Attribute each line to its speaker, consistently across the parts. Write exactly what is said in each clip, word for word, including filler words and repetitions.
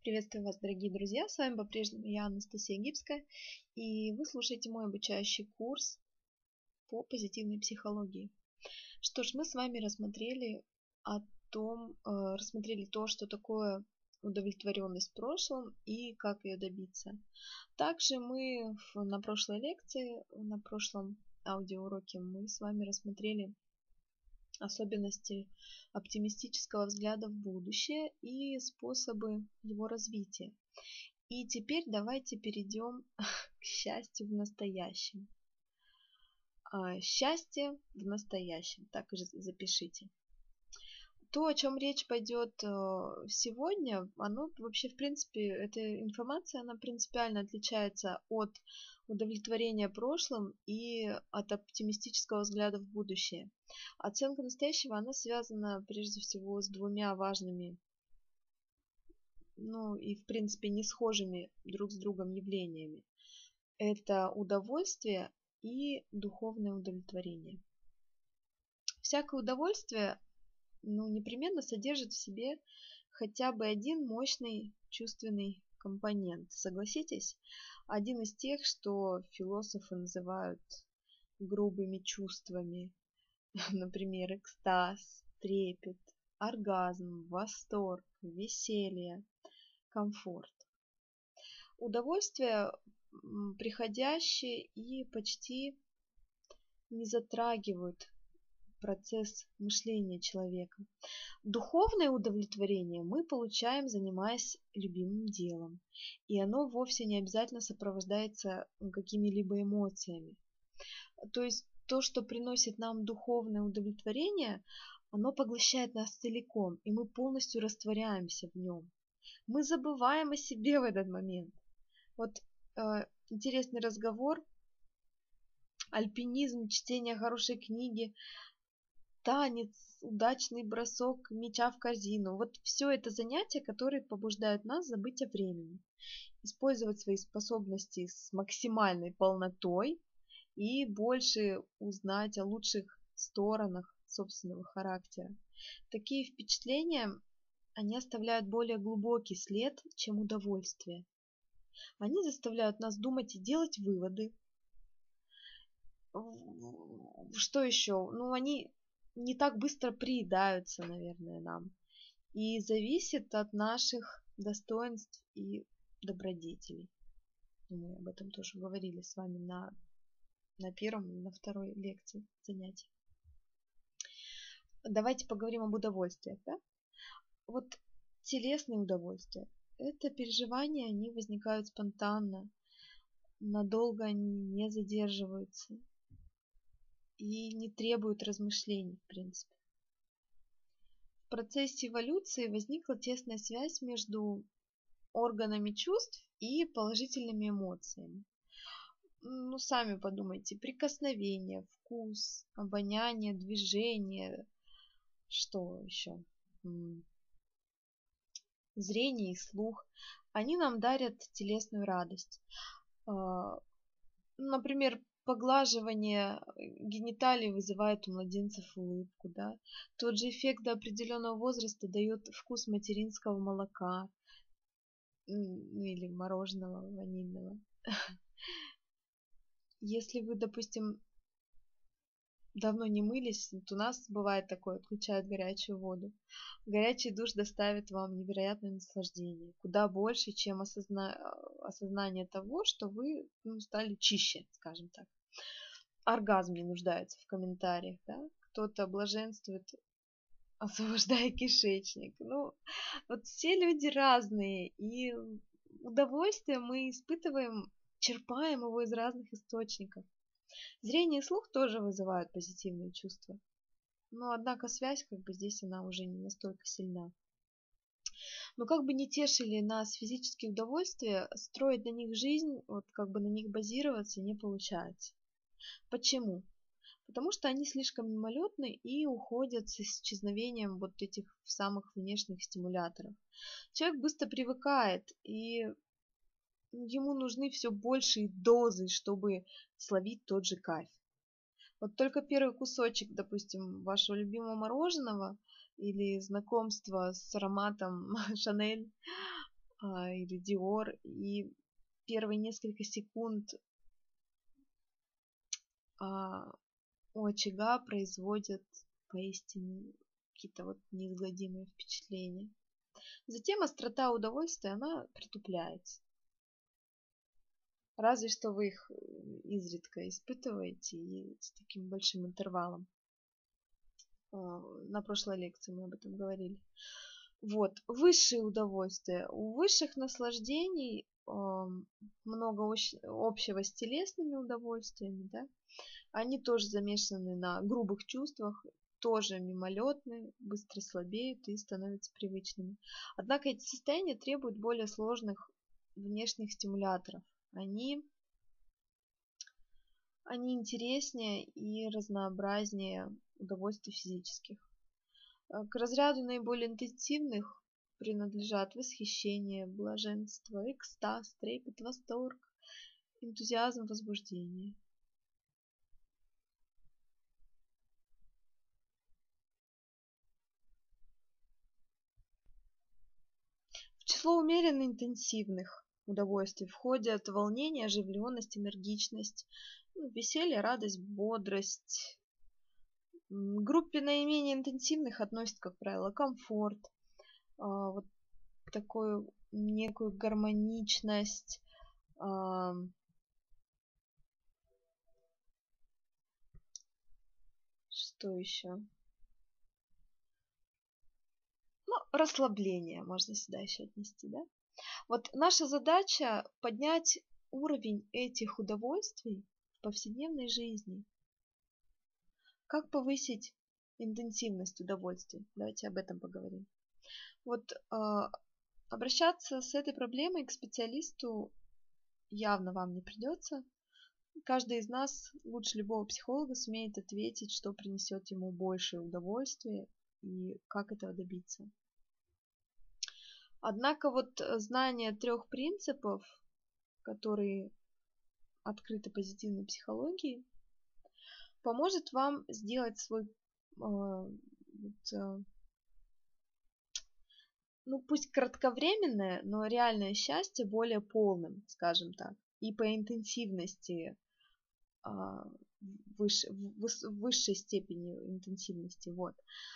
Speaker 1: Приветствую вас, дорогие друзья! С вами по-прежнему я, Анастасия Гибская, и вы слушаете мой обучающий курс по позитивной психологии. Что ж, мы с вами рассмотрели о том, э, рассмотрели то, что такое удовлетворенность в прошлом и как ее добиться. Также мы в, на прошлой лекции, на прошлом аудиоуроке мы с вами рассмотрели особенности оптимистического взгляда в будущее и способы его развития. И теперь давайте перейдем к счастью в настоящем. Счастье в настоящем, так и запишите. То, о чем речь пойдет сегодня, оно вообще, в принципе, эта информация, она принципиально отличается от удовлетворения прошлым и от оптимистического взгляда в будущее. Оценка настоящего, она связана прежде всего с двумя важными, ну и в принципе не схожими друг с другом явлениями. Это удовольствие и духовное удовлетворение. Всякое удовольствие, ну, непременно содержит в себе хотя бы один мощный чувственный компонент. Согласитесь? Один из тех, что философы называют грубыми чувствами. Например, экстаз, трепет, оргазм, восторг, веселье, комфорт. Удовольствие приходящее и почти не затрагивают процесс мышления человека. Духовное удовлетворение мы получаем, занимаясь любимым делом, и оно вовсе не обязательно сопровождается какими-либо эмоциями. То есть то, что приносит нам духовное удовлетворение, оно поглощает нас целиком, и мы полностью растворяемся в нем. Мы забываем о себе в этот момент. Вот э, интересный разговор, альпинизм, чтение хорошей книги, танец, удачный бросок мяча в корзину. Вот все это занятия, которые побуждают нас забыть о времени, использовать свои способности с максимальной полнотой и больше узнать о лучших сторонах собственного характера. Такие впечатления, они оставляют более глубокий след, чем удовольствие. Они заставляют нас думать и делать выводы. Что еще? Ну, они не так быстро приедаются, наверное, нам. И зависит от наших достоинств и добродетелей. Мы об этом тоже говорили с вами на, на первом и на второй лекции занятий. Давайте поговорим об удовольствиях. Да? Вот телесные удовольствия. Это переживания, они возникают спонтанно, надолго они не задерживаются и не требуют размышлений, в принципе. В процессе эволюции возникла тесная связь между органами чувств и положительными эмоциями. Ну, сами подумайте, прикосновение, вкус, обоняние, движение, что еще? Зрение и слух. Они нам дарят телесную радость. Например, поглаживание гениталий вызывает у младенцев улыбку. Да? Тот же эффект до определенного возраста дает вкус материнского молока или мороженого ванильного. Если вы, допустим, давно не мылись, то у нас бывает такое, отключают горячую воду. Горячий душ доставит вам невероятное наслаждение, куда больше, чем осозна... осознание того, что вы ну, стали чище, скажем так. Оргазм не нуждается в комментариях, да? Кто-то блаженствует, освобождая кишечник. Ну, вот все люди разные, и удовольствие мы испытываем, черпаем его из разных источников. Зрение и слух тоже вызывают позитивные чувства. Но, однако, связь, как бы, здесь она уже не настолько сильна. Но как бы не тешили нас физические удовольствия, строить на них жизнь, вот как бы на них базироваться не получается. Почему? Потому что они слишком мимолетны и уходят с исчезновением вот этих самых внешних стимуляторов. Человек быстро привыкает, и ему нужны все большие дозы, чтобы словить тот же кайф. Вот только первый кусочек, допустим, вашего любимого мороженого или знакомства с ароматом Шанель, а, или Dior, и первые несколько секунд а, у очага производят поистине какие-то вот неизгладимые впечатления. Затем острота удовольствия, она притупляется. Разве что вы их изредка испытываете и с таким большим интервалом. На прошлой лекции мы об этом говорили. Вот, высшие удовольствия. У высших наслаждений э, много общего с телесными удовольствиями, да? Они тоже замешаны на грубых чувствах, тоже мимолетные, быстро слабеют и становятся привычными. Однако эти состояния требуют более сложных внешних стимуляторов. Они, они интереснее и разнообразнее удовольствий физических. К разряду наиболее интенсивных принадлежат восхищение, блаженство, экстаз, трепет, восторг, энтузиазм, возбуждение. В число умеренно интенсивных удовольствий входят волнение, оживленность, энергичность, ну, веселье, радость, бодрость. К группе наименее интенсивных относят, как правило, комфорт, вот такую некую гармоничность, что еще? Ну, расслабление можно сюда еще отнести, да? Вот наша задача поднять уровень этих удовольствий в повседневной жизни. Как повысить интенсивность удовольствий? Давайте об этом поговорим. Вот э, обращаться с этой проблемой к специалисту явно вам не придется. Каждый из нас лучше любого психолога сумеет ответить, что принесет ему большее удовольствие и как этого добиться. Однако вот знание трех принципов, которые открыты позитивной психологией, поможет вам сделать свой, э, вот, э, ну пусть кратковременное, но реальное счастье более полным, скажем так, и по интенсивности, э, выше, в, в высшей степени интенсивности. Вот.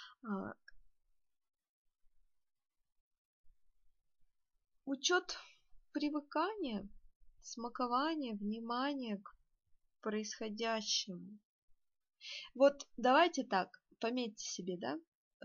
Speaker 1: Учет привыкания, смакования, внимания к происходящему. Вот давайте так, пометьте себе, да,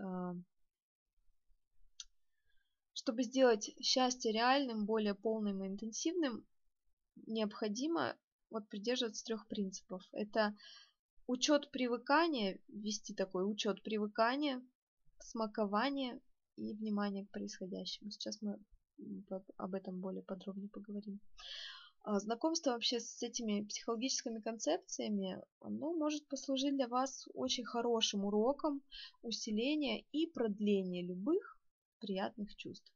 Speaker 1: чтобы сделать счастье реальным, более полным и интенсивным, необходимо вот придерживаться трех принципов. Это учет привыкания, вести такой учет привыкания, смакование и внимание к происходящему. Сейчас мы об этом более подробно поговорим. Знакомство вообще с этими психологическими концепциями, оно может послужить для вас очень хорошим уроком усиления и продления любых приятных чувств.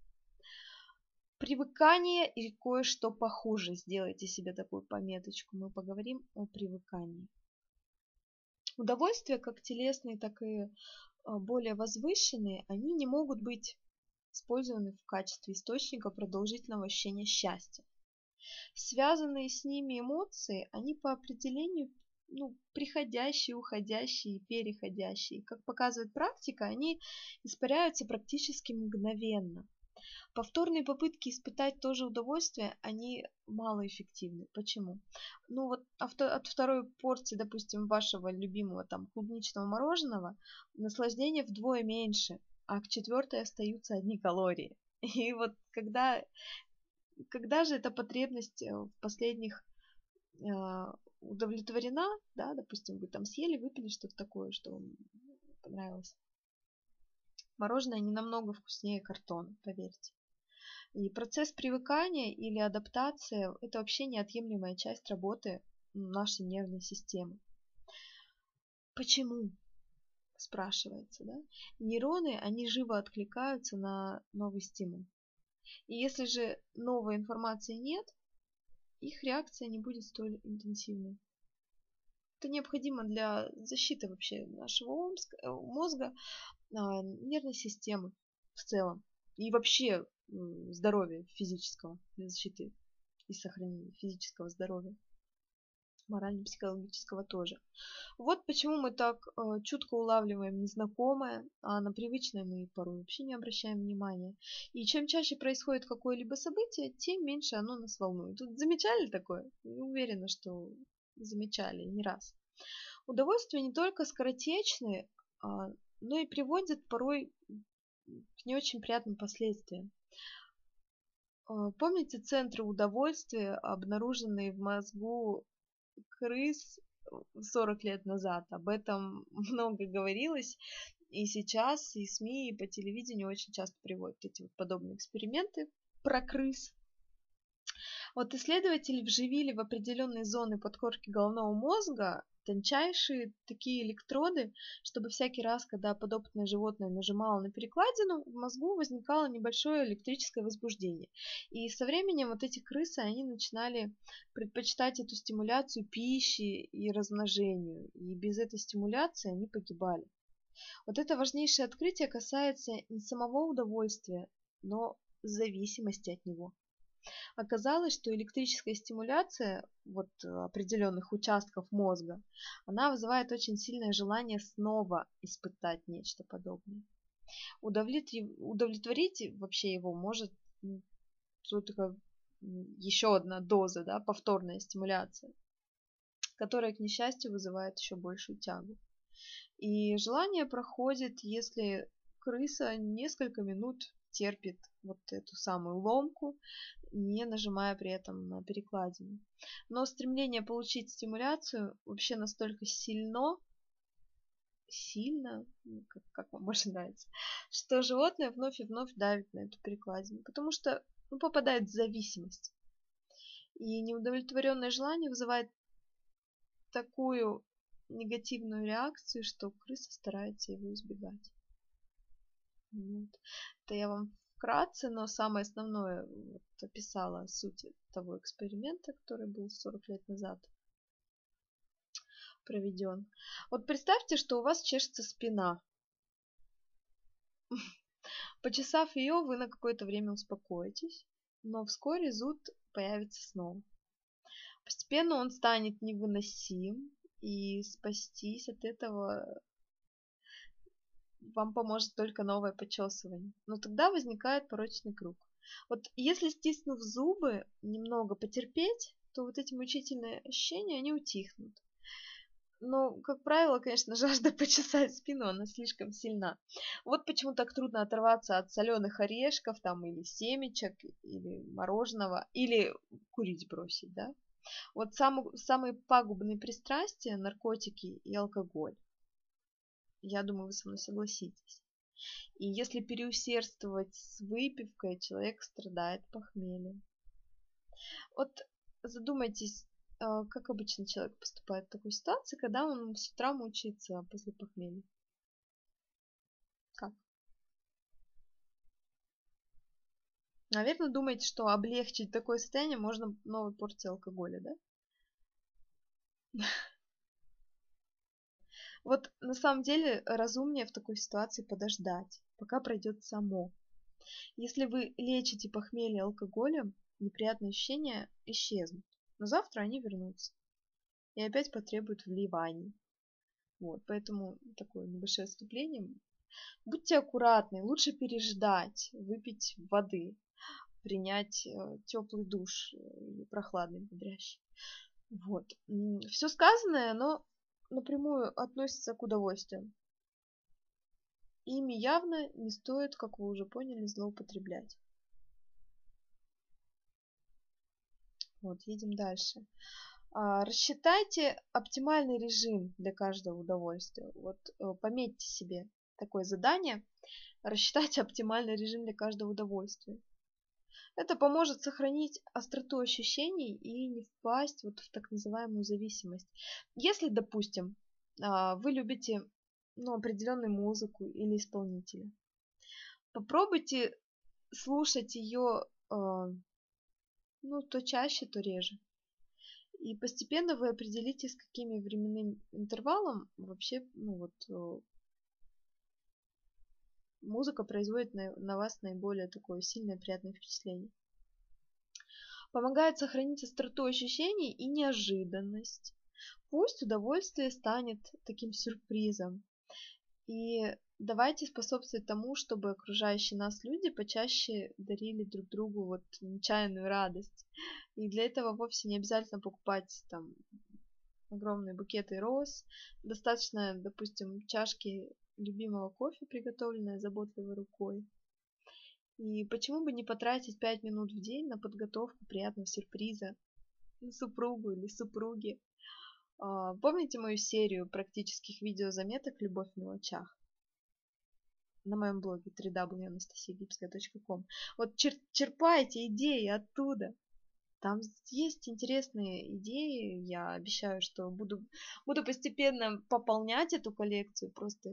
Speaker 1: Привыкание и кое-что похуже. Сделайте себе такую пометочку. Мы поговорим о привыкании. Удовольствия, как телесные, так и более возвышенные, они не могут быть использованы в качестве источника продолжительного ощущения счастья. Связанные с ними эмоции, они по определению ну, приходящие, уходящие, переходящие. Как показывает практика, они испаряются практически мгновенно. Повторные попытки испытать то же удовольствие, они малоэффективны. Почему? Ну вот от второй порции, допустим, вашего любимого там клубничного мороженого наслаждение вдвое меньше, а к четвертой остаются одни калории. И вот когда, когда же эта потребность в последних э, удовлетворена, да, допустим, вы там съели, выпили что-то такое, что вам понравилось. Мороженое не намного вкуснее картона, поверьте. И процесс привыкания или адаптации – это вообще неотъемлемая часть работы нашей нервной системы. Почему? Спрашивается, да? Нейроны, они живо откликаются на новый стимул. И если же новой информации нет, их реакция не будет столь интенсивной. Это необходимо для защиты вообще нашего мозга, нервной системы в целом. и вообще здоровья физического, для защиты и сохранения физического здоровья, морально-психологического тоже. Вот почему мы так э, чутко улавливаем незнакомое, а на привычное мы порой вообще не обращаем внимания. И чем чаще происходит какое-либо событие, тем меньше оно нас волнует. Тут замечали такое? Не уверена, что замечали не раз. Удовольствия не только скоротечные, а, но и приводят порой к не очень приятным последствиям. Помните центры удовольствия, обнаруженные в мозгу крыс сорок лет назад? Об этом много говорилось, и сейчас и СМИ, и по телевидению очень часто приводят эти вот подобные эксперименты про крыс. Вот исследователи вживили в определенные зоны подкорки головного мозга тончайшие такие электроды, чтобы всякий раз, когда подопытное животное нажимало на перекладину, в мозгу возникало небольшое электрическое возбуждение. И со временем вот эти крысы, они начинали предпочитать эту стимуляцию пищи и размножению. И без этой стимуляции они погибали. Вот это важнейшее открытие касается не самого удовольствия, но зависимости от него. Оказалось, что электрическая стимуляция вот определенных участков мозга, она вызывает очень сильное желание снова испытать нечто подобное. Удовлетворить, удовлетворить вообще его может только еще одна доза, да, повторная стимуляция, которая, к несчастью, вызывает еще большую тягу. И желание проходит, если крыса несколько минут терпит вот эту самую ломку, не нажимая при этом на перекладину. Но стремление получить стимуляцию вообще настолько сильно, сильно, как, как вам больше нравится, что животное вновь и вновь давит на эту перекладину, потому что ну, попадает в зависимость. И неудовлетворенное желание вызывает такую негативную реакцию, что крыса старается его избегать. Вот. Это я вам вкратце, но самое основное вот, описала суть того эксперимента, который был сорок лет назад проведен. Вот представьте, что у вас чешется спина. Почесав ее, вы на какое-то время успокоитесь, но вскоре зуд появится снова. Постепенно он станет невыносим, и спастись от этого вам поможет только новое почесывание. Но тогда возникает порочный круг. Вот если, стиснув зубы, немного потерпеть, то вот эти мучительные ощущения, они утихнут. Но, как правило, конечно, жажда почесать спину, она слишком сильна. Вот почему так трудно оторваться от соленых орешков, там, или семечек, или мороженого, или курить бросить, да? Вот самые, самые пагубные пристрастия – наркотики и алкоголь. Я думаю, вы со мной согласитесь. И если переусердствовать с выпивкой, человек страдает похмельем. Вот задумайтесь, как обычно человек поступает в такой ситуации, когда он с утра мучается после похмелья. Как? Наверное, думаете, что облегчить такое состояние можно новой порцией алкоголя, да? Вот на самом деле разумнее в такой ситуации подождать, пока пройдет само. Если вы лечите похмелье алкоголем, неприятные ощущения исчезнут, но завтра они вернутся и опять потребуют вливаний. Вот, поэтому такое небольшое отступление. Будьте аккуратны, лучше переждать, выпить воды, принять э, теплый душ или прохладный, бодрящий. Вот. Все сказанное, оно напрямую относится к удовольствиям. Ими явно не стоит, как вы уже поняли, злоупотреблять. Вот, едем дальше. А, рассчитайте оптимальный режим для каждого удовольствия. Вот пометьте себе такое задание. Рассчитать оптимальный режим для каждого удовольствия. Это поможет сохранить остроту ощущений и не впасть вот в так называемую зависимость. Если, допустим, вы любите ну, определенную музыку или исполнителя, попробуйте слушать ее ну, то чаще, то реже. И постепенно вы определите, с какими временным интервалом вообще ну, вот, музыка производит на, на вас наиболее такое сильное приятное впечатление. Помогает сохранить остроту ощущений и неожиданность. Пусть удовольствие станет таким сюрпризом. И давайте способствовать тому, чтобы окружающие нас люди почаще дарили друг другу вот нечаянную радость. И для этого вовсе не обязательно покупать там огромные букеты роз. Достаточно, допустим, чашки любимого кофе, приготовленной заботливой рукой. И почему бы не потратить пять минут в день на подготовку приятного сюрприза на супругу или супруге? Помните мою серию практических видеозаметок «Любовь в мелочах» на моем блоге дабл ю дабл ю дабл ю точка анастасия гибская точка ком? Вот чер черпайте идеи оттуда. Там есть интересные идеи. Я обещаю, что буду, буду постепенно пополнять эту коллекцию. Просто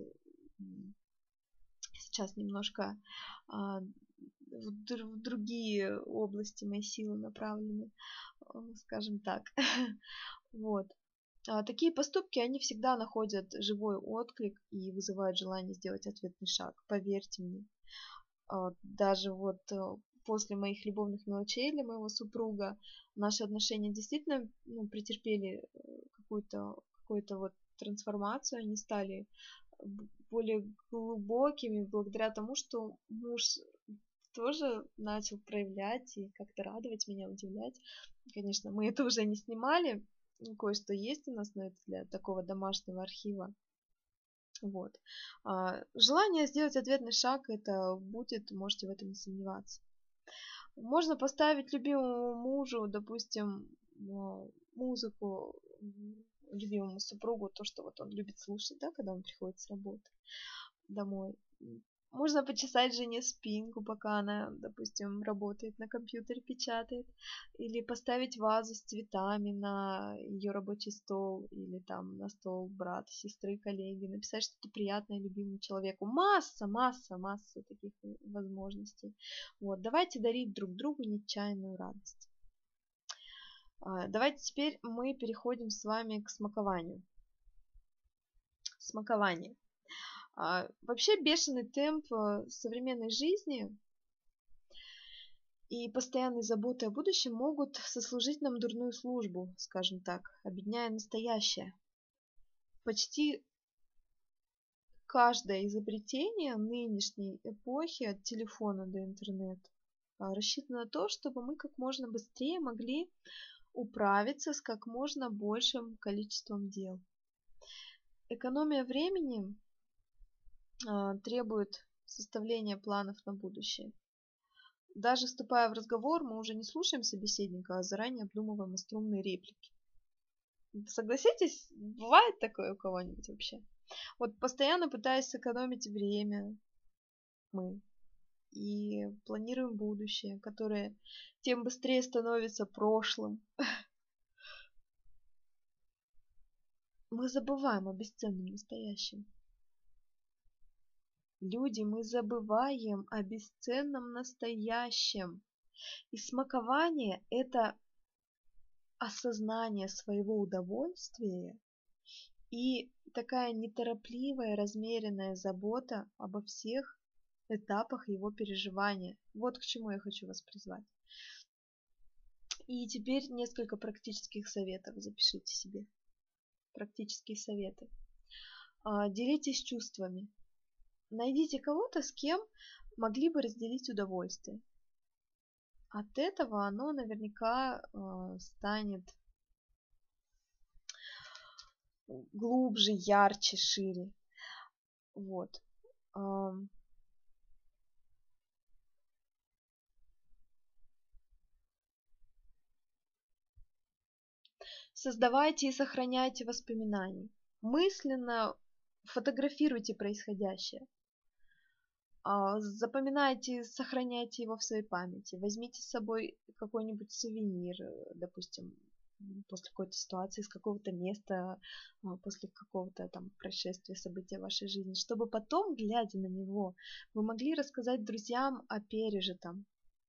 Speaker 1: сейчас немножко а, в, в другие области моей силы направлены, скажем так. Вот. Такие поступки, они всегда находят живой отклик и вызывают желание сделать ответный шаг, поверьте мне. Даже вот после моих любовных мелочей для моего супруга наши отношения действительно ну, претерпели какую-то какую-то вот трансформацию, они стали более глубокими благодаря тому, что муж тоже начал проявлять и как-то радовать меня, удивлять. Конечно, мы это уже не снимали, кое-что есть у нас, но это для такого домашнего архива. Вот. А, желание сделать ответный шаг, это будет, можете в этом не сомневаться. Можно поставить любимому мужу, допустим, музыку, любимому супругу, то, что вот он любит слушать, да, когда он приходит с работы домой. Можно почесать жене спинку, пока она, допустим, работает на компьютере, печатает. Или поставить вазу с цветами на ее рабочий стол. Или там на стол брата, сестры, коллеги. Написать что-то приятное любимому человеку. Масса, масса, масса таких возможностей. Вот. Давайте дарить друг другу нечаянную радость. Давайте теперь мы переходим с вами к смакованию. Смакование. А, вообще бешеный темп современной жизни и постоянные заботы о будущем могут сослужить нам дурную службу, скажем так, обедняя настоящее. Почти каждое изобретение нынешней эпохи, от телефона до интернета, рассчитано на то, чтобы мы как можно быстрее могли управиться с как можно большим количеством дел. Экономия времени требует составления планов на будущее. Даже вступая в разговор, мы уже не слушаем собеседника, а заранее обдумываем остроумные реплики. Согласитесь, бывает такое у кого-нибудь вообще? Вот постоянно пытаясь сэкономить время мы и планируем будущее, которое тем быстрее становится прошлым. Мы забываем о бесценном настоящем. Люди, мы забываем о бесценном настоящем. И смакование – это осознание своего удовольствия и такая неторопливая, размеренная забота обо всех этапах его переживания. Вот к чему я хочу вас призвать. И теперь несколько практических советов. Запишите себе. Практические советы. Делитесь чувствами. Найдите кого-то, с кем могли бы разделить удовольствие. От этого оно наверняка э, станет глубже, ярче, шире. Вот. Эм. Создавайте и сохраняйте воспоминания. Мысленно фотографируйте происходящее. Запоминайте, сохраняйте его в своей памяти. Возьмите с собой какой-нибудь сувенир, допустим, после какой-то ситуации, с какого-то места, после какого-то там происшествия, события в вашей жизни, чтобы потом, глядя на него, вы могли рассказать друзьям о пережитом.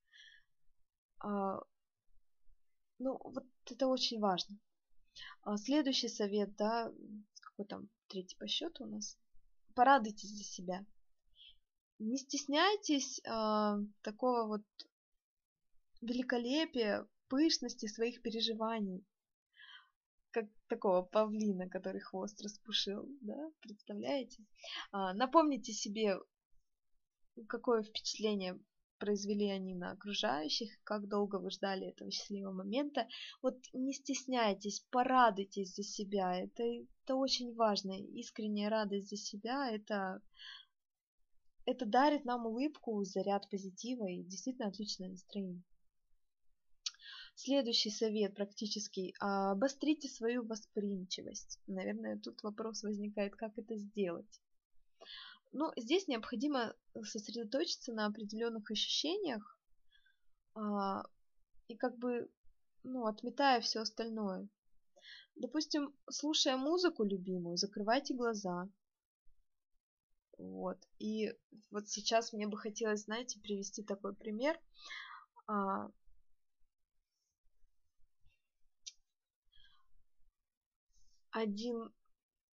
Speaker 1: Ну, вот это очень важно. Следующий совет, да, какой там третий по счету у нас. Порадуйтесь за себя. Не стесняйтесь а, такого вот великолепия, пышности своих переживаний, как такого павлина, который хвост распушил, да, представляете? А, напомните себе, какое впечатление произвели они на окружающих, как долго вы ждали этого счастливого момента. Вот не стесняйтесь, порадуйтесь за себя, это, это очень важно. Искренняя радость за себя, это, это дарит нам улыбку, заряд позитива и действительно отличное настроение. Следующий совет практический. Обострите свою восприимчивость. Наверное, тут вопрос возникает, как это сделать. Ну, здесь необходимо сосредоточиться на определенных ощущениях а, и как бы, ну, отметая все остальное. Допустим, слушая музыку любимую, закрывайте глаза. Вот. И вот сейчас мне бы хотелось, знаете, привести такой пример. А, один...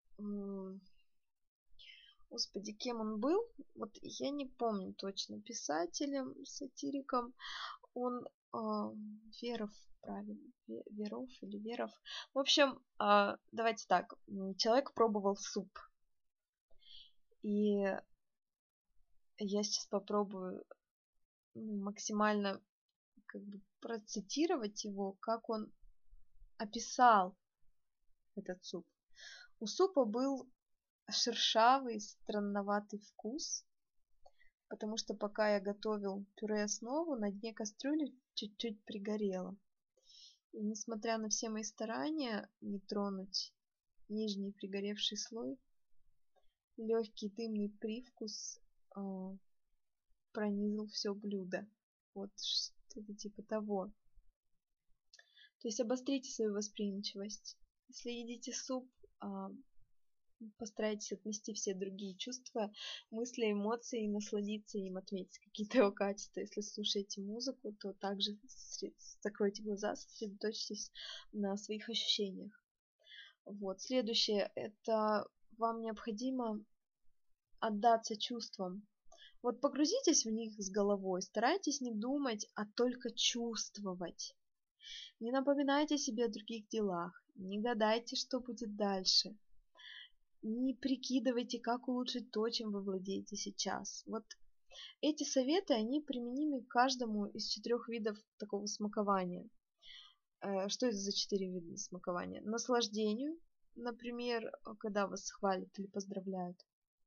Speaker 1: Господи, кем он был? Вот я не помню точно. Писателем, сатириком. Он э, Веров, правильно, Веров или Веров. В общем, э, давайте так. Человек пробовал суп. И я сейчас попробую ну, максимально как бы процитировать его, как он описал этот суп. У супа был шершавый, странноватый вкус, потому что пока я готовил пюре основу, на дне кастрюли чуть-чуть пригорело. И несмотря на все мои старания не тронуть нижний пригоревший слой, легкий дымный привкус э, пронизал все блюдо. Вот что-то типа того. То есть обострите свою восприимчивость. Если едите суп, э, постарайтесь отнести все другие чувства, мысли, эмоции и насладиться им, отметить какие-то его качества. Если слушаете музыку, то также закройте глаза, сосредоточьтесь на своих ощущениях. Вот. Следующее, это вам необходимо отдаться чувствам. Вот погрузитесь в них с головой, старайтесь не думать, а только чувствовать. Не напоминайте себе о других делах, не гадайте, что будет дальше. Не прикидывайте, как улучшить то, чем вы владеете сейчас. Вот эти советы, они применимы к каждому из четырех видов такого смакования. Что это за четыре вида смакования? Наслаждению, например, когда вас хвалят или поздравляют.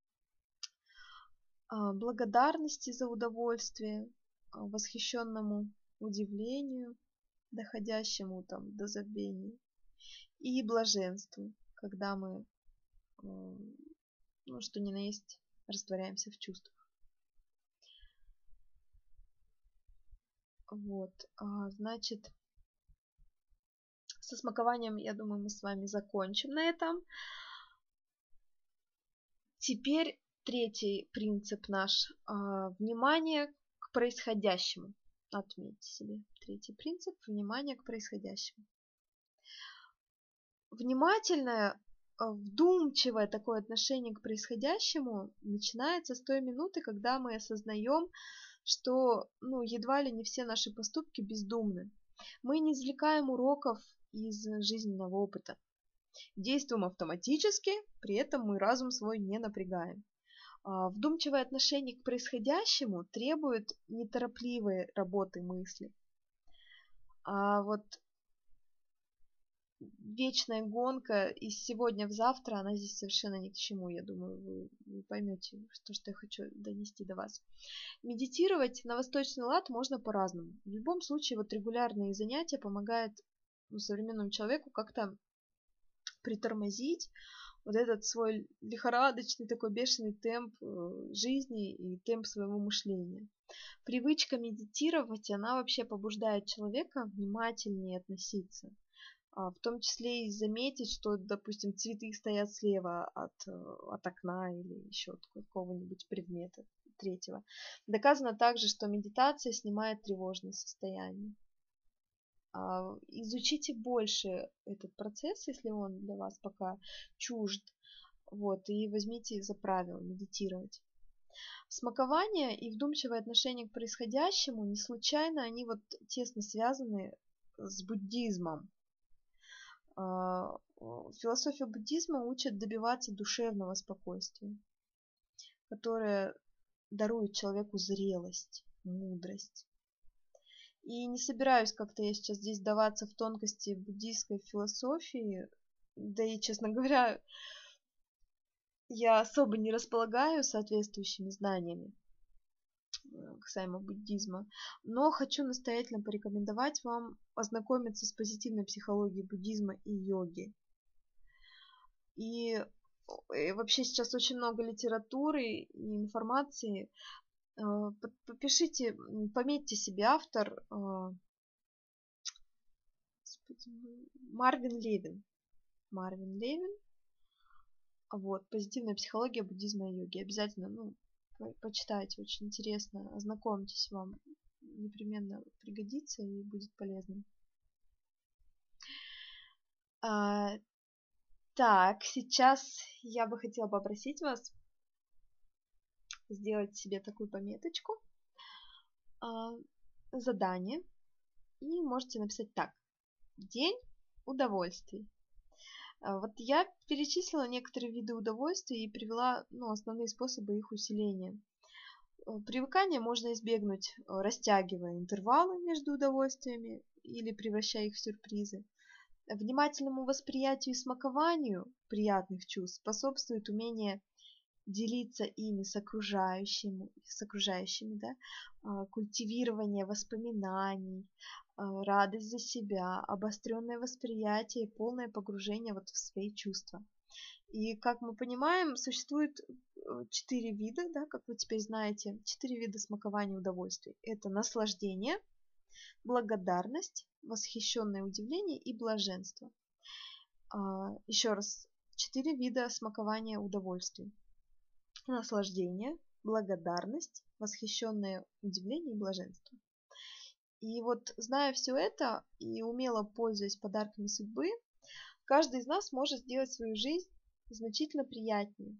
Speaker 1: Благодарности за удовольствие, восхищенному удивлению, доходящему там до забвения. И блаженству, когда мы ну, что ни на есть, растворяемся в чувствах. Вот, а, значит, со смакованием, я думаю, мы с вами закончим на этом. Теперь третий принцип наш. А, внимание к происходящему. Отметьте себе. Третий принцип. Внимание к происходящему. Внимательное, вдумчивое такое отношение к происходящему начинается с той минуты, когда мы осознаем, что ну, едва ли не все наши поступки бездумны. Мы не извлекаем уроков из жизненного опыта. Действуем автоматически, при этом мы разум свой не напрягаем. Вдумчивое отношение к происходящему требует неторопливой работы мысли. А вот вечная гонка из сегодня в завтра, она здесь совершенно ни к чему. Я думаю, вы, вы поймете, что, что я хочу донести до вас. Медитировать на восточный лад можно по-разному. В любом случае, вот регулярные занятия помогают ну, современному человеку как-то притормозить вот этот свой лихорадочный такой бешеный темп жизни и темп своего мышления. Привычка медитировать, она вообще побуждает человека внимательнее относиться. В том числе и заметить, что, допустим, цветы стоят слева от, от окна или еще от какого-нибудь предмета третьего. Доказано также, что медитация снимает тревожное состояние. Изучите больше этот процесс, если он для вас пока чужд, вот, и возьмите за правило медитировать. Смакование и вдумчивое отношение к происходящему не случайно они вот тесно связаны с буддизмом. Философия буддизма учит добиваться душевного спокойствия, которое дарует человеку зрелость, мудрость. И не собираюсь как-то я сейчас здесь вдаваться в тонкости буддийской философии, да и, честно говоря, я особо не располагаю соответствующими знаниями касаемо буддизма, но хочу настоятельно порекомендовать вам ознакомиться с позитивной психологией буддизма и йоги. И, и вообще сейчас очень много литературы и информации. Попишите, пометьте себе автор Марвин Левин. Марвин Левин. Вот, позитивная психология буддизма и йоги. Обязательно, ну, почитайте, очень интересно, ознакомьтесь, вам непременно пригодится и будет полезным. А, так, сейчас я бы хотела попросить вас сделать себе такую пометочку, а, задание, и можете написать так: день удовольствий. Вот я перечислила некоторые виды удовольствий и привела, ну, основные способы их усиления. Привыкание можно избегнуть, растягивая интервалы между удовольствиями или превращая их в сюрпризы. Внимательному восприятию и смакованию приятных чувств способствует умение делиться ими с окружающими, с окружающими, да, культивирование воспоминаний, радость за себя, обостренное восприятие и полное погружение вот в свои чувства. И, как мы понимаем, существует четыре вида, да, как вы теперь знаете, четыре вида смакования удовольствий. Это наслаждение, благодарность, восхищенное удивление и блаженство. Еще раз, четыре вида смакования удовольствий. Наслаждение, благодарность, восхищенное удивление и блаженство. И вот, зная все это и умело пользуясь подарками судьбы, каждый из нас может сделать свою жизнь значительно приятнее.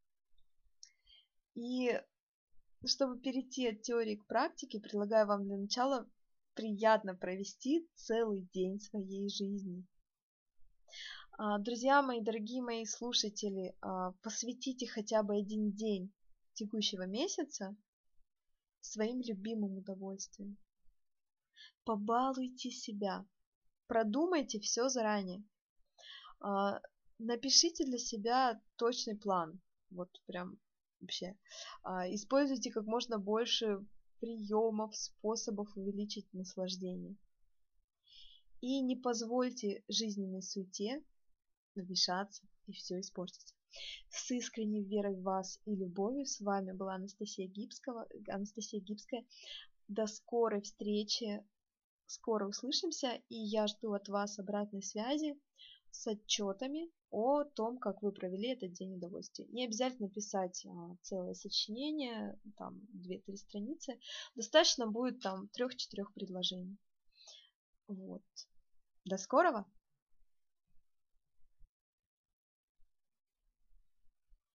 Speaker 1: И чтобы перейти от теории к практике, предлагаю вам для начала приятно провести целый день своей жизни. Друзья мои, дорогие мои слушатели, посвятите хотя бы один день текущего месяца своим любимым удовольствиям. Побалуйте себя, продумайте все заранее. Напишите для себя точный план, вот прям вообще. Используйте как можно больше приемов, способов увеличить наслаждение. И не позвольте жизненной суете вмешаться и все испортить. С искренней верой в вас и любовью с вами была Анастасия Гибского, Анастасия Гибская. До скорой встречи, скоро услышимся, и я жду от вас обратной связи с отчетами о том, как вы провели этот день удовольствия. Не обязательно писать а, целое сочинение, там две-три страницы, достаточно будет там трех-четырех предложений. Вот. До скорого!